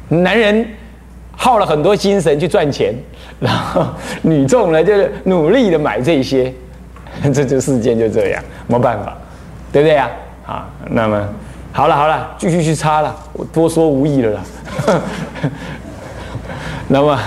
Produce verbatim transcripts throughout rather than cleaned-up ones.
男人耗了很多精神去赚钱，然后女众呢就是努力的买这些，这就世间就这样，没办法，对不对呀？啊，那么好了好了，继续去擦了，我多说无益了啦。那么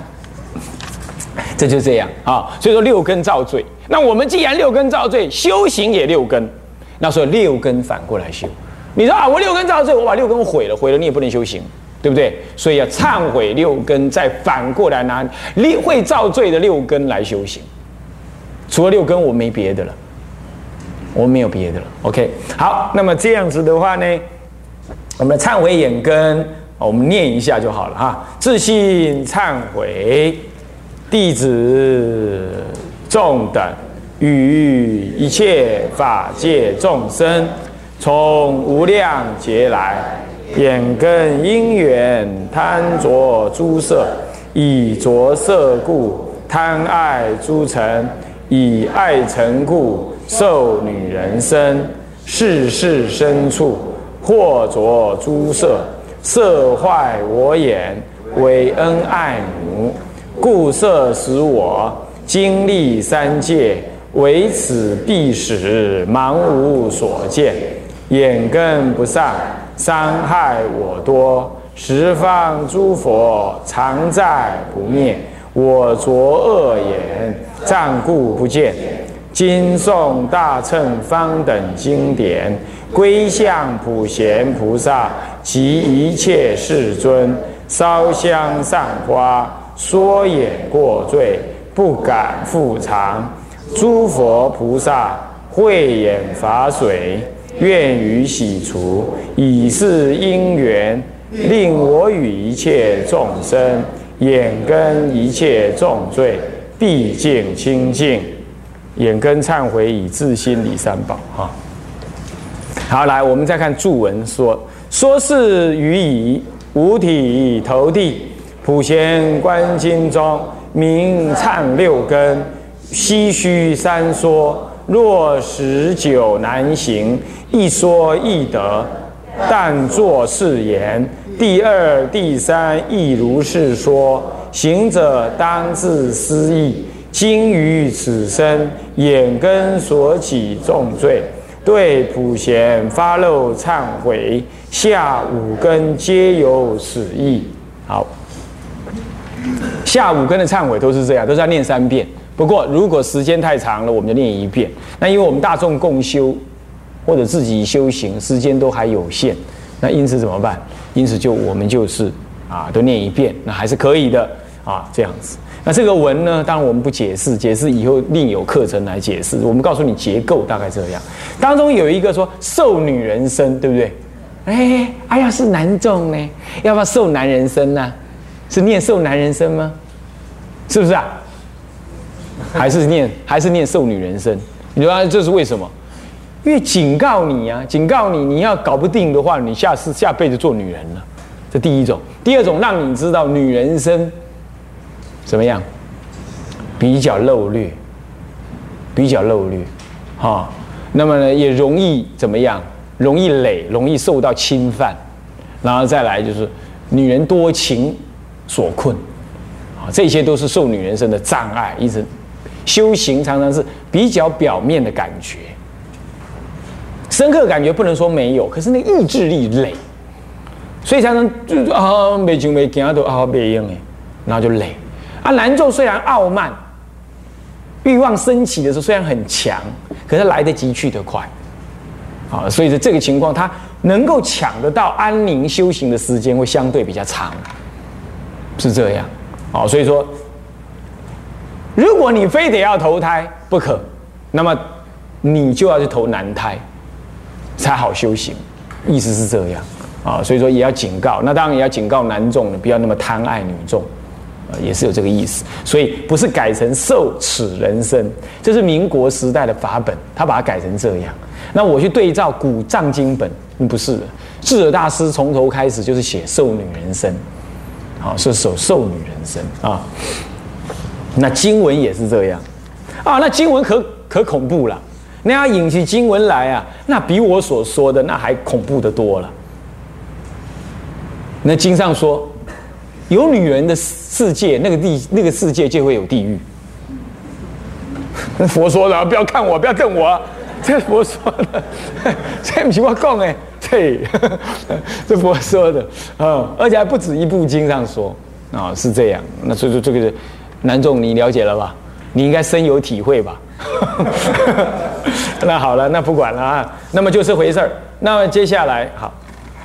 这就这样啊，所以说六根造罪。那我们既然六根造罪，修行也六根，那所以六根反过来修。你说啊，我六根造罪，我把六根毁了，毁了你也不能修行，对不对？所以要忏悔六根，再反过来拿六会造罪的六根来修行。除了六根，我没别的了，我没有别的了。OK， 好，那么这样子的话呢，我们的忏悔眼根，我们念一下就好了哈。自信忏悔，弟子众等与一切法界众生，从无量劫来，眼根因缘贪着诸色，以着色故贪爱诸尘，以爱尘故受女人身，世世深处或着诸色，色坏我眼，为恩爱母，故色使我经历三界，为此必使盲无所见，眼根不善，伤害我多，十方诸佛常在不灭，我着恶眼，暂顾不见。今诵大乘方等经典，归向普贤菩萨及一切世尊，烧香散花，说演过罪，不敢复常。诸佛菩萨慧眼法水，愿于洗除，以是因缘，令我与一切众生眼根一切重罪毕竟清净。眼根忏悔以自心理三宝哈。好，来我们再看注文说：说是于以五体投地，普贤观经中名忏六根，唏嘘三说，若十九难行，一说易得，但作是言。第二、第三亦如是说，行者当自思议。今于此生眼根所起重罪，对普贤发露忏悔，下五根皆有此意。好，下五根的忏悔都是这样，都是要念三遍。不过如果时间太长了，我们就念一遍。那因为我们大众共修或者自己修行，时间都还有限，那因此怎么办？因此就我们就是啊，都念一遍，那还是可以的啊，这样子。那这个文呢，当然我们不解释，解释以后另有课程来解释。我们告诉你结构大概这样。当中有一个说受女人身，对不对？哎，哎呀，是男众呢，要不要受男人身呢、啊？是念受男人身吗？是不是啊？还是念还是念受女人身？你说这是为什么？因为警告你啊，警告你，你要搞不定的话，你下次下辈子做女人了。这第一种。第二种，让你知道女人身怎么样？比较漏略，比较漏略，哈、哦。那么呢，也容易怎么样？容易累，容易受到侵犯。然后再来就是女人多情所困，啊、哦，这些都是受女人身的障碍。一直修行常常是比较表面的感觉，深刻感觉不能说没有，可是那个意志力累，所以常常就啊没情没行都啊没用哎，然后就累。啊，男众虽然傲慢，欲望升起的时候虽然很强，可是来得及去得快，啊，所以在这个情况，他能够抢得到安宁修行的时间会相对比较长，是这样，啊，所以说，如果你非得要投胎不可，那么你就要去投男胎，才好修行，意思是这样，啊，所以说也要警告，那当然也要警告男众，不要那么贪爱女众。也是有这个意思，所以不是改成受此人身，这是民国时代的法本，他把它改成这样。那我去对照古藏经本，不是的，智者大师从头开始就是写受女人身，好，是手受女人身啊。那经文也是这样啊，那经文可可恐怖了，那要引起经文来啊，那比我所说的那还恐怖的多了。那经上说， 有女人的世界，那个地那个世界就会有地狱。佛说的，不要看我，不要瞪我、啊，这佛说的，这不是我讲的，对，这佛说的，嗯，而且还不止一部经上说啊、哦，是这样。那所以说这个南众你了解了吧？你应该深有体会吧？那好了，那不管了啊，那么就这回事儿。那么接下来好。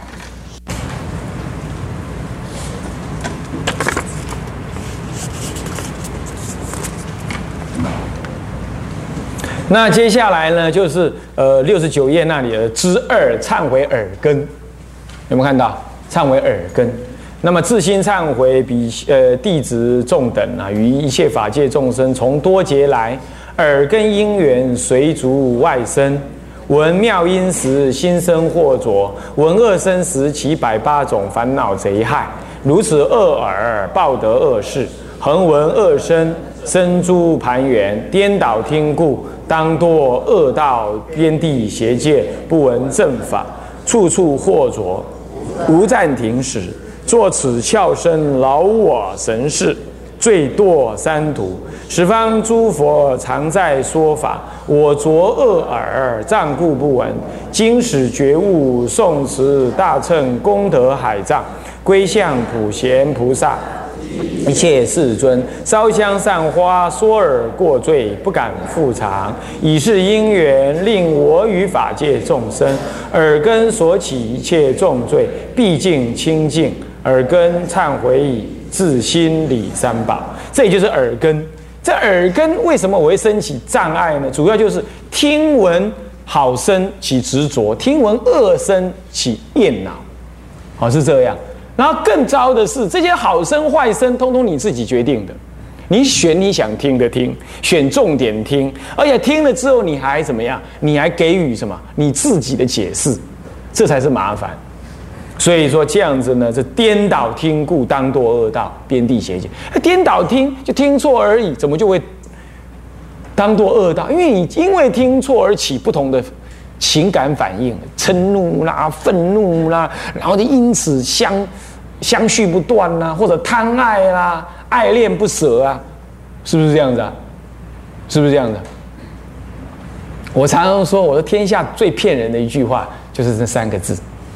那接下来呢，就是呃六十九页那里的之二忏悔耳根，有没有看到？忏悔耳根。那么自心忏悔，比呃弟子众等啊，与一切法界众生，从多劫来耳根因缘随逐外生，闻妙音时心生惑着，闻恶声时起百八种烦恼贼害，如此恶耳报得恶事，恒闻恶声，生诸盘缘，颠倒听故。当堕恶道边地邪界，不闻正法，处处惑着，无暂停时。作此翘身劳我神事，坠堕三途。十方诸佛常在说法，我着恶耳，暂顾不闻。今使觉悟，诵持大乘功德海藏，归向普贤菩萨。一切世尊，烧香散花，说耳过罪，不敢复尝。以是因缘，令我与法界众生，耳根所起一切重罪，毕竟清净。耳根忏悔已，自心理三宝。这也就是耳根。这耳根为什么我会升起障碍呢？主要就是听闻好声起执着，听闻恶声起厌恼。好，是这样。然后更糟的是，这些好声坏声，通通你自己决定的。你选你想听的听，选重点听，而且听了之后你还怎么样？你还给予什么？你自己的解释，这才是麻烦。所以说这样子呢，这颠倒听故，当堕恶道，边地邪界。颠倒听就听错而已，怎么就会当堕恶道？因为你因为听错而起不同的情感反应，嗔怒啦、愤怒啦，然后就因此相相续不断啦，或者贪爱啦、爱恋不舍啊，是不是这样子啊？是不是这样子？我常常说，我说天下最骗人的一句话就是这三个字。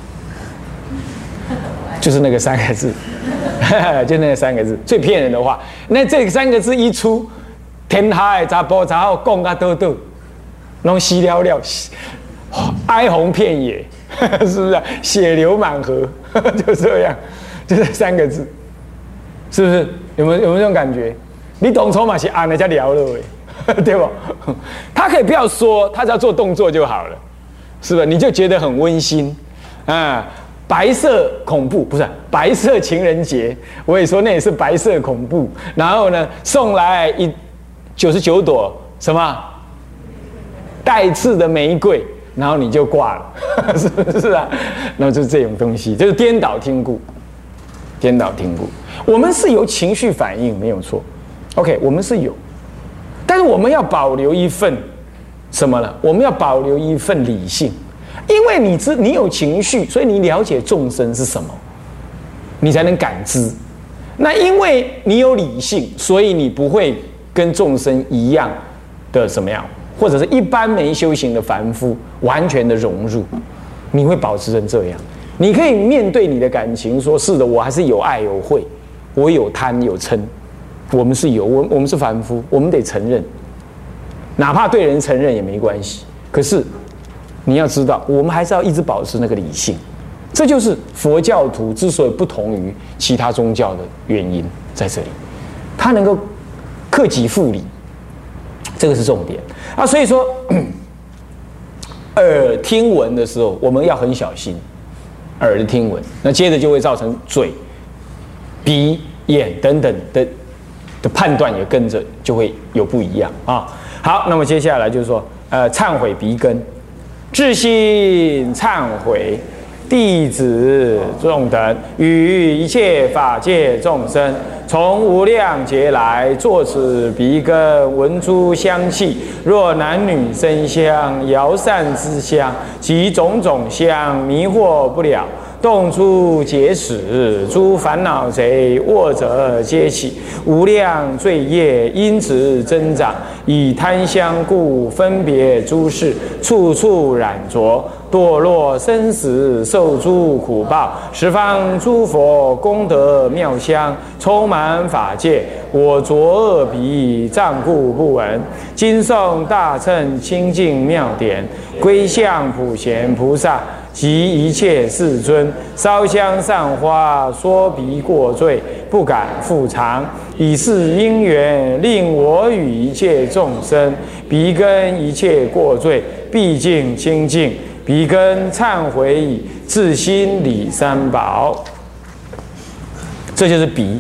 就是那个三个字，就那三个字最骗人的话。那这三个字一出，天下的查甫查某讲啊倒倒，拢死了了，哀鸿遍野，是不是、啊？血流满河，就这样，就这三个字，是不是？有没有有没有这种感觉？你懂筹码是按人家聊了哎，对不？他可以不要说，他只要做动作就好了，是吧？你就觉得很温馨啊。白色恐怖不是白色情人节，我也说那也是白色恐怖。然后呢，送来一九十九朵什么带刺的玫瑰，然后你就挂了，是不是啊？那么就是这种东西，就是颠倒听故，颠倒听故。我们是有情绪反应，没有错。OK， 我们是有，但是我们要保留一份什么呢？我们要保留一份理性。因为你知你有情绪，所以你了解众生是什么，你才能感知。那因为你有理性，所以你不会跟众生一样的怎么样，或者是一般没修行的凡夫完全的融入，你会保持成这样。你可以面对你的感情，说是的，我还是有爱有慧，我有贪有嗔，我们是有，我我们是凡夫，我们得承认，哪怕对人承认也没关系。可是你要知道，我们还是要一直保持那个理性，这就是佛教徒之所以不同于其他宗教的原因在这里，他能够克己复礼，这个是重点啊。所以说，耳听闻的时候，我们要很小心耳的听闻，那接着就会造成嘴、鼻、眼等等的的判断也跟着就会有不一样啊。好，那么接下来就是说，呃，忏悔鼻根。至心忏悔弟子众等，与一切法界众生，从无量劫来，作此鼻根，闻诸香气，若男女生香、摇散之香及种种香，迷惑不了。 动诸结使，诸烦恼贼，卧者皆起，无量罪业因此增长。以贪香故，分别诸事，处处染着，堕落生死，受诸苦报。十方诸佛功德妙香，充满法界。我着恶彼，障故不闻。今诵大乘清净妙典，归向普贤菩萨及一切世尊，烧香上花，说彼过罪，不敢复尝。以是因缘，令我与一切众生，彼根一切过罪，毕竟清净。彼根忏悔以自心礼三宝。这就是鼻。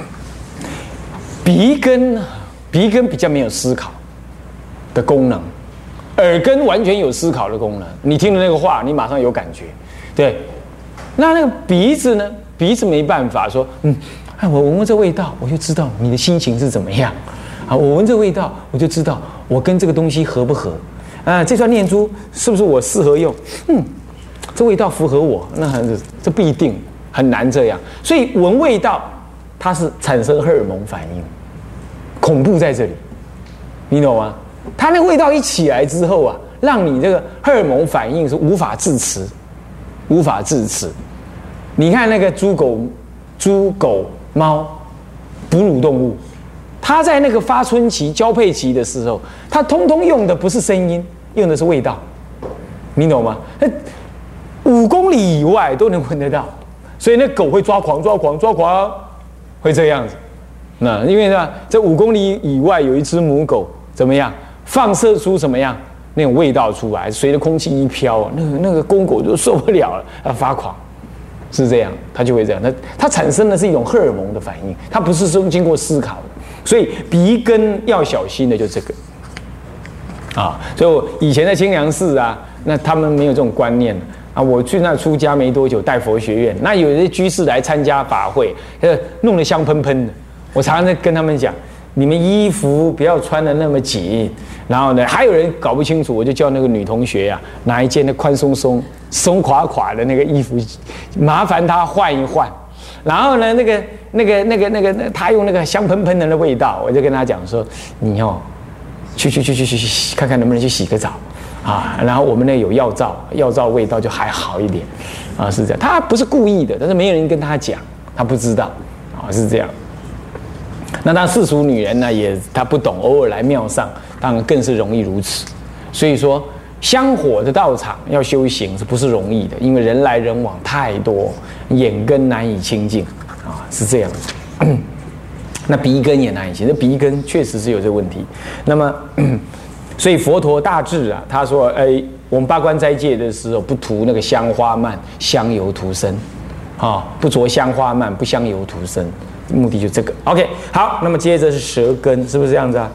鼻根，鼻根比较没有思考的功能，耳根完全有思考的功能。你听了那个话，你马上有感觉，对。那那个鼻子呢？鼻子没办法说，嗯，哎，我闻闻这味道，我就知道你的心情是怎么样。啊，我闻这味道，我就知道我跟这个东西合不合。啊，这串念珠是不是我适合用？嗯，这味道符合我，那这不一定，很难这样。所以闻味道，它是产生荷尔蒙反应，恐怖在这里，你懂吗？它那个味道一起来之后啊，让你这个荷尔蒙反应是无法自持，无法自持。你看那个猪狗、猪狗猫，哺乳动物，它在那个发春期、交配期的时候，它通通用的不是声音，用的是味道，你懂吗？五公里以外都能闻得到，所以那狗会抓狂、抓狂、抓狂。会这样子，那因为呢，在五公里以外有一只母狗怎么样，放射出什么样那种味道出来，随着空气一飘，那个那个公狗就受不了了，它发狂，是这样，它就会这样，它它产生的是一种荷尔蒙的反应，它不是说经过思考的，所以鼻根要小心的就这个，啊，所以我以前在清凉寺啊，那他们没有这种观念。啊，我去那出家没多久，带佛学院，那有些居士来参加法会，呃，弄得香喷喷的。我常常在跟他们讲，你们衣服不要穿得那么紧。然后呢，还有人搞不清楚，我就叫那个女同学啊，拿一件那宽松松、松垮垮的那个衣服，麻烦她换一换。然后呢，那个、那个、那个、那个，她用那个香喷喷的那味道，我就跟她讲说，你哦，去去去去去去，看看能不能去洗个澡。啊，然后我们那有药皂，药皂味道就还好一点，啊，是这样。他不是故意的，但是没有人跟他讲，他不知道，啊，是这样。那当世俗女人呢，也她不懂，偶尔来庙上，当然更是容易如此。所以说，香火的道场要修行是不是容易的？因为人来人往太多，眼根难以清净，啊，是这样子。那鼻根也难以清，那鼻根确实是有这个问题。那么。所以佛陀大智啊，他说：“哎，我们八关斋戒的时候，不涂那个香花蔓、香油涂身，啊、哦，不着香花蔓，不香油涂身，目的就这个。OK， 好，那么接着是舌根，是不是这样子啊？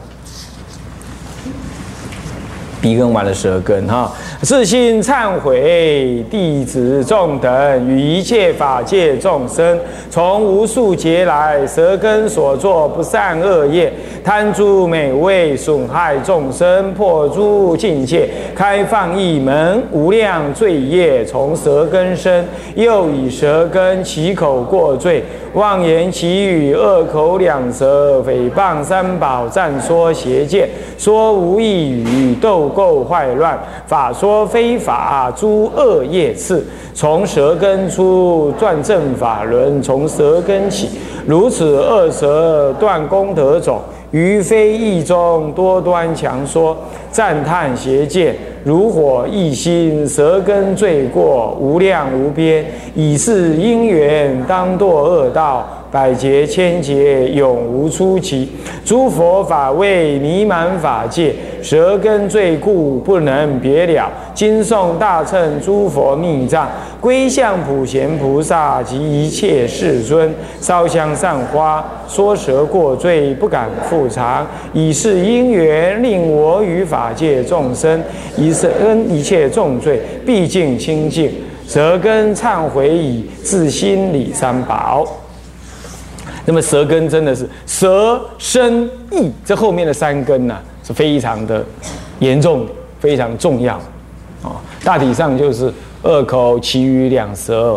鼻根完了舌根哈，自心忏悔弟子众等与一切法界众生，从无数劫来舌根所作不善恶业，贪诸美味，损害众生，破诸境界，开放一门，无量罪业从舌根生，又以舌根起口过罪，妄言绮语，恶口两舌，诽谤三宝，赞说邪见，说无益语，斗垢坏乱，法说非法，诸恶业次，从舌根出，转正法轮，从舌根起，如此恶舌断功德种，于非义中多端强说，赞叹邪见，如火一心，舌根罪过无量无边，以是因缘当堕恶道，百劫千劫永无出期。诸佛法味弥满法界，舌根罪故不能别了。今诵大乘诸佛密藏，归向普贤菩萨及一切世尊，烧香上花，说舌过罪，不敢复尝。以是因缘，令我与法界众生，以是恩一切重罪，毕竟清净。舌根忏悔以自心礼三宝。那么舌根真的是舌身意这后面的三根呢、啊，是非常的严重，非常重要啊、哦。大体上就是二口、其余两舌、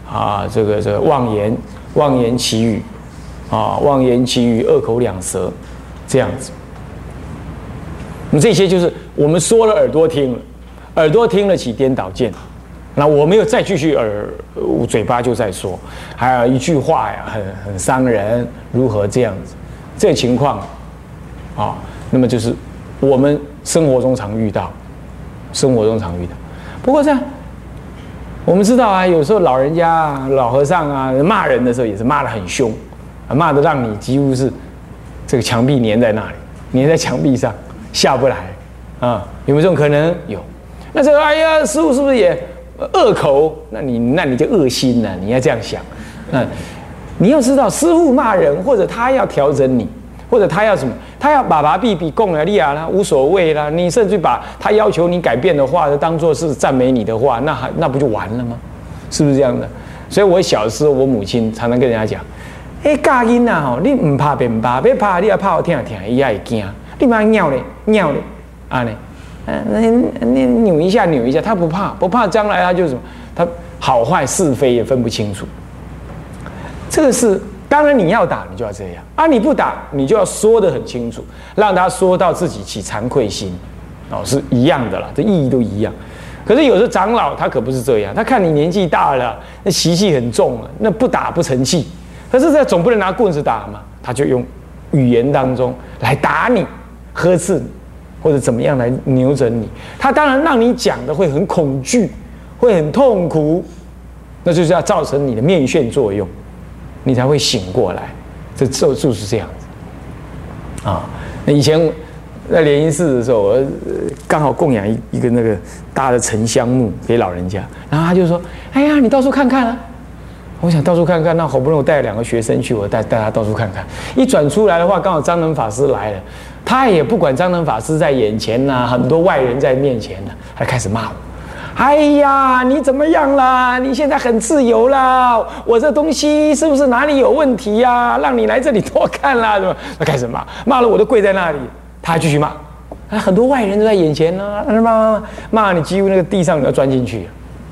啊，这个这个妄言妄言绮语，啊，妄言绮语，恶口两舌，这样子。那么这些就是我们说了，耳朵听了，耳朵听了起颠倒见，那我没有再继续耳，嘴巴就在说，还有一句话呀，很很伤人，如何这样子？这个情况，啊，那么就是我们生活中常遇到，生活中常遇到。不过这样。我们知道啊，有时候老人家、啊、老和尚啊骂人的时候，也是骂得很凶，啊，骂得让你几乎是这个墙壁粘在那里，粘在墙壁上下不来啊。有没有这种可能？有。那这个哎呀，师父是不是也恶口？那你那你就恶心了，你要这样想。嗯，你要知道，师父骂人，或者他要调整你，或者他要什么，他要把把闭闭供了利亚啦，无所谓啦。你甚至把他要求你改变的话，当做是赞美你的话，那还那不就完了吗？是不是这样的？所以我小时候，我母亲常常跟人家讲：“哎，家囡啊，吼，你唔怕别唔怕，别怕，你要怕我听听，伊也会惊。你妈尿嘞尿嘞，啊呢，嗯，你扭一下扭一下，他不怕，不怕将来他就什么，他好坏是非也分不清楚。这个是。”当然，你要打，你就要这样啊！你不打，你就要说得很清楚，让他说到自己起惭愧心，哦，是一样的啦，这意义都一样。可是有时候长老他可不是这样，他看你年纪大了，那习气很重了，那不打不成器。可是这总不能拿棍子打嘛，他就用语言当中来打你、呵斥你，或者怎么样来扭整你。他当然让你讲的会很恐惧，会很痛苦，那就是要造成你的面眩作用。你才会醒过来，这就就是这样子啊。那以前在莲因寺的时候，我刚好供养一一个那个大的沉香木给老人家，然后他就说：“哎呀，你到处看看啊！”我想到处看看，那好不容易我带两个学生去，我带带他到处看看。一转出来的话，刚好张能法师来了，他也不管张能法师在眼前呐、啊，很多外人在面前呢、啊，他开始骂我。哎呀，你怎么样啦？你现在很自由啦，我这东西是不是哪里有问题呀、啊？让你来这里多看啦，是吧？他开始骂，骂了我都跪在那里，他还继续骂。啊，很多外人都在眼前呢、啊，骂骂骂你，几乎那个地上你要钻进去。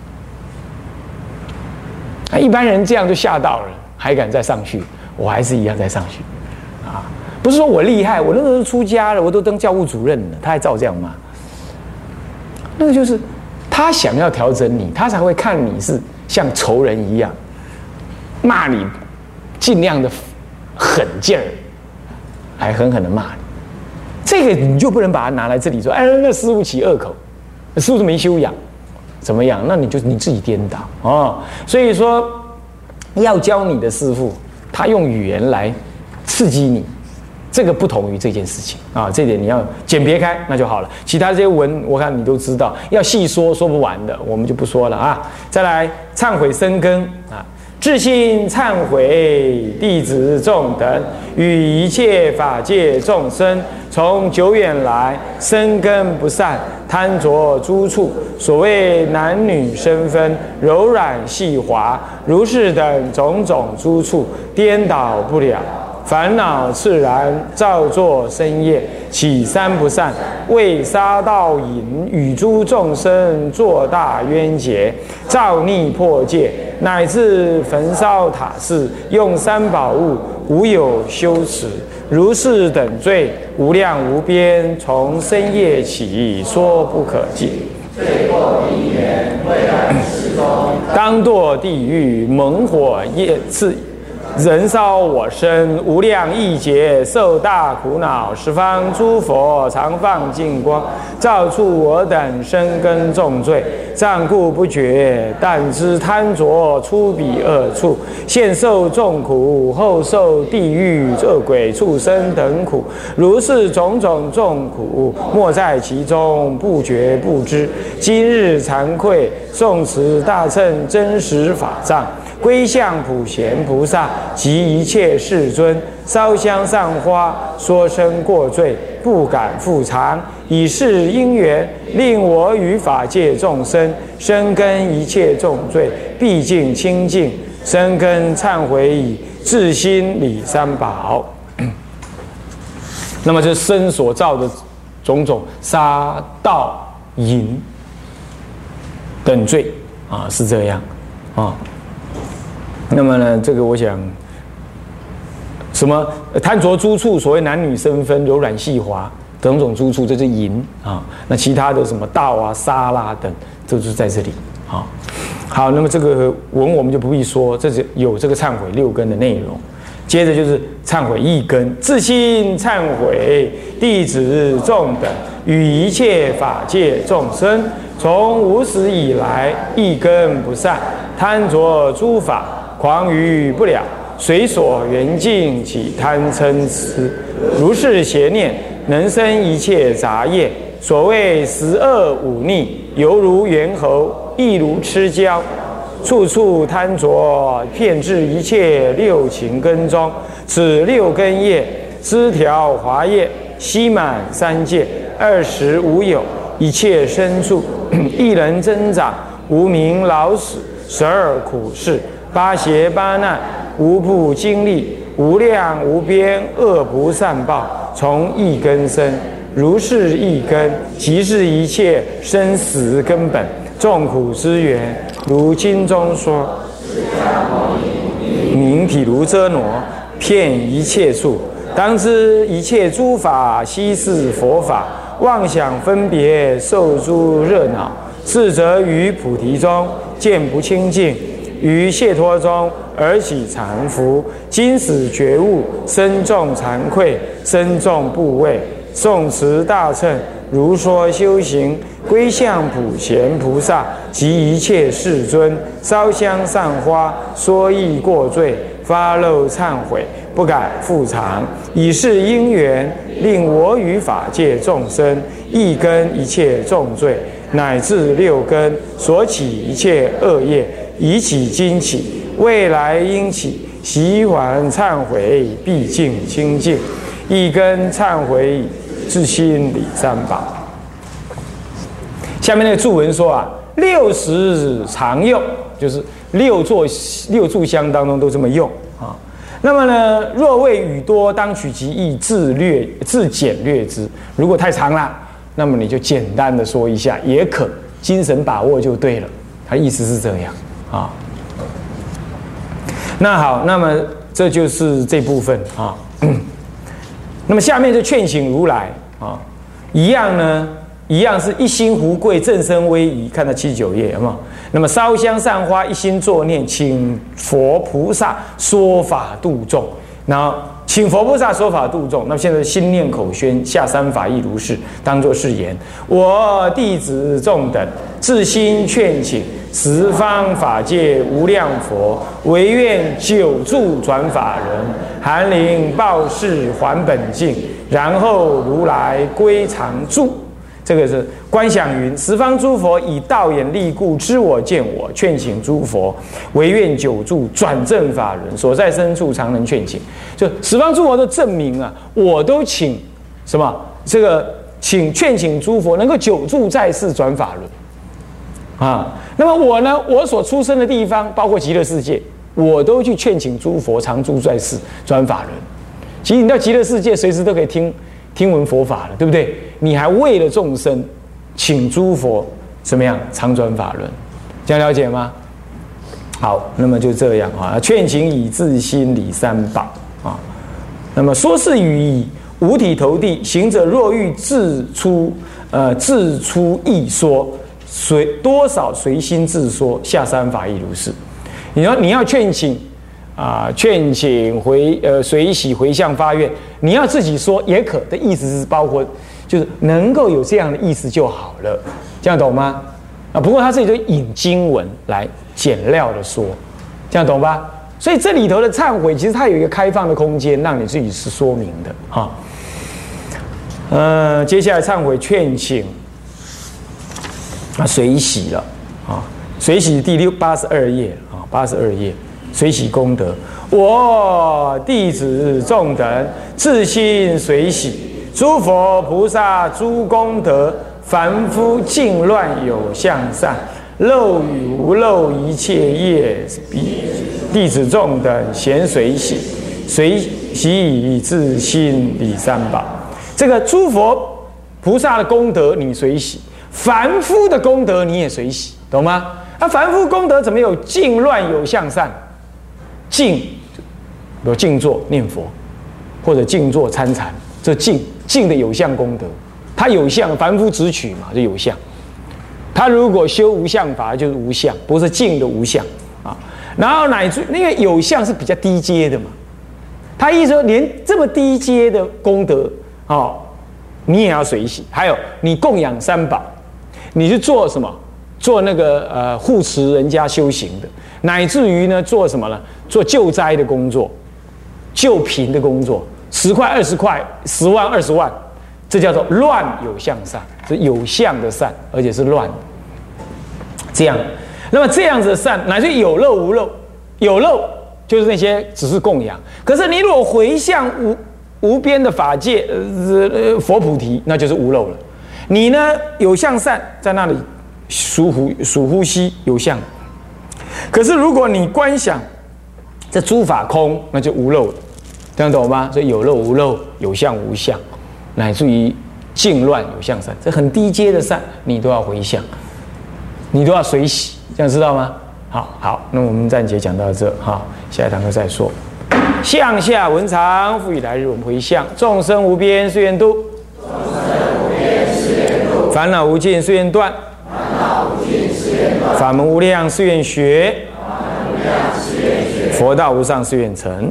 啊，一般人这样就吓到了，还敢再上去？我还是一样再上去。啊，不是说我厉害，我那个时候出家了，我都当教务主任了，他还照这样骂。那个就是。他想要调整你，他才会看你是像仇人一样骂你，尽量的狠劲儿，还狠狠的骂你。这个你就不能把它拿来这里说，哎，那师父起恶口，师父没修养，怎么样？那你就你自己颠倒哦。所以说，要教你的师父，他用语言来刺激你。这个不同于这件事情啊，这点你要简别开，那就好了。其他这些文，我看你都知道，要细说说不完的，我们就不说了啊。再来，忏悔深根啊，至心忏悔弟子众等与一切法界众生，从久远来深根不善，贪着诸处，所谓男女身分，柔软细滑，如是等种种诸处，颠倒不了。烦恼自然造作身业，起三不善，为杀盗淫，与诸众生作大冤结，造逆破戒，乃至焚烧塔寺，用三宝物，无有羞耻。如是等罪，无量无边，从身业起，说不可尽。罪过因缘，未来世中，当堕地狱，猛火业刺。人烧我身，无量亿劫受大苦恼，十方诸佛常放净光，照处我等深根重罪，暂顾不觉，但知贪着出彼恶处，现受众苦，后受地狱恶鬼畜生等苦，如是种种众苦，莫在其中，不觉不知。今日惭愧，诵持大乘真实法藏，归向普贤菩萨及一切世尊，烧香上花，说声过罪，不敢复偿。以是因缘，令我与法界众生深根一切重罪，毕竟清净，深根忏悔以至心礼三宝。那么这身所造的种种杀盗淫等罪啊，是这样啊。 那么呢，这个我想，什么贪着诸处，所谓男女生分、柔软细滑等种诸处，这是淫啊。那其他的什么道啊、沙啦等，都是在这里啊。好，那么这个文我们就不必说，这是有这个忏悔六根的内容。接着就是忏悔一根，自心忏悔弟子众等与一切法界众生，从无始以来一根不散，贪着诸法，狂于不了，随所缘境起贪嗔痴，如是邪念，能生一切杂业。所谓十恶五逆，犹如猿猴，亦如痴胶，处处贪着，遍至一切六情根中。此六根业，枝条华叶，悉满三界，二十无有，一切牲畜，一人增长，无名老死，十二苦事，八邪八难，无不经历，无量无边恶不善报，从一根生。如是一根，即是一切生死根本，众苦之源。如经中说，名体如遮罗，遍一切处。当知一切诸法悉是佛法，妄想分别受诸热恼。是则于菩提中见不清净，于解脱中而起禅服。今使觉悟，身重惭愧，身重怖畏。诵持大乘，如说修行，归向普贤菩萨及一切世尊，烧香散花，说意过罪，发漏忏悔，不敢复常。以是因缘，令我与法界众生一根一切重罪，乃至六根所起一切恶业，已起今起，未来应起，习还忏悔，毕竟清净。一根忏悔，自心理三宝。下面那个注文说啊，六十常用，就是六座六炷香当中都这么用啊。那么呢，若谓语多，当取其意，自略自简略之。如果太长了，那么你就简单的说一下也可，精神把握就对了。他意思是这样啊。那好，那么这就是这部分啊。那么下面就劝醒如来啊，一样呢，一样是一心无贵，正身威仪，看到七十九页，有没有？那么烧香散花，一心作念，请佛菩萨说法度众。然后请佛菩萨说法度众。那么现在心念口宣，下三法亦如是，当作是言：我弟子众等自心劝请十方法界无量佛，唯愿久住转法轮，寒灵报事还本净，然后如来归常住。这个是观想云：十方诸佛以道眼力故，知我见我，劝请诸佛唯愿久住转正法轮，所在深处常能劝请。就十方诸佛都证明啊，我都请什么？这个请劝请诸佛能够久住在世转法轮啊。那么我呢，我所出生的地方，包括极乐世界，我都去劝请诸佛常住在世转法轮。其实你到极乐世界，随时都可以听听闻佛法了，对不对？你还为了众生，请诸佛怎么样常转法轮？这样了解吗？好，那么就这样啊。劝请以自心理三宝啊。那么说是语以五体投地，行者若欲自出呃自出意说，随多少随心自说，下三法亦如是。你要你要劝请啊、呃，劝请回呃随喜回向发愿，你要自己说也可的意思是包括。就是能够有这样的意思就好了，这样懂吗？啊，不过他这里就引经文来简料的说，这样懂吧？所以这里头的忏悔，其实它有一个开放的空间，让你自己是说明的哈。呃，接下来忏悔劝请啊，随喜了啊，随喜第六八十二页啊，八十二页随喜功德，我弟子众等自心随喜。诸佛菩萨诸功德，凡夫净乱有向善，漏与无漏一切业，彼弟子众等咸随喜，随喜以自心理三宝。这个诸佛菩萨的功德你随喜，凡夫的功德你也随喜，懂吗？那凡夫功德怎么有净乱有向善？ 静，比如静坐念佛，或者静坐参禅，这静静的有相功德，它有相，凡夫执取嘛，就有相。他如果修无相法，就是无相，不是静的无相啊。然后乃至那个有相是比较低阶的嘛，他意思说，连这么低阶的功德哦，你也要随喜。还有你供养三宝，你去做什么？做那个呃护持人家修行的，乃至于呢做什么呢？做救灾的工作，救贫的工作，十块二十块，十万二十万，这叫做乱有相善，是有相的善，而且是乱的。这样，那么这样子的善，乃至有漏无漏，有漏就是那些只是供养，可是你如果回向无无边的法界，呃佛菩提，那就是无漏了。你呢有相善在那里数呼数呼吸有相，可是如果你观想这诸法空，那就无漏了，这样懂吗？所以有漏无漏，有相无相，乃至于净乱有相善，这很低阶的善，你都要回向，你都要随喜，这样知道吗？好好，那我们暂且讲到这哈，下一堂课再说。向下文长，复以来日我们回向。众生无边誓愿度，烦恼无尽誓愿断，法门无量誓愿学，佛道无上誓愿成。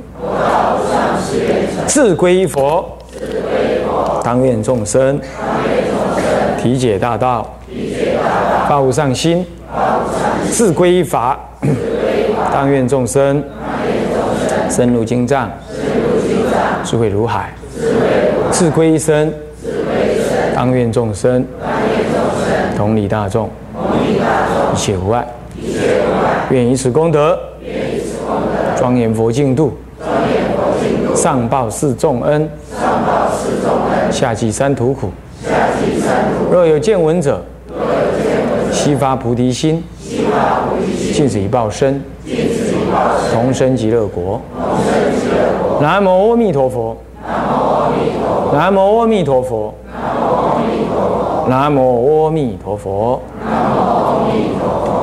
自归佛，当愿众生体解大道，发无上心。自归法，当愿众生深入经藏，智慧如海；自归身，当愿众生同理大众，一切无碍。愿以此功德，庄严佛净土，上报四重恩，下济三途苦。若有见闻者，悉发菩提心，尽此一报身，同生极乐国。南无阿弥陀佛。南无阿弥陀佛。南无阿弥陀佛。南无阿弥陀佛。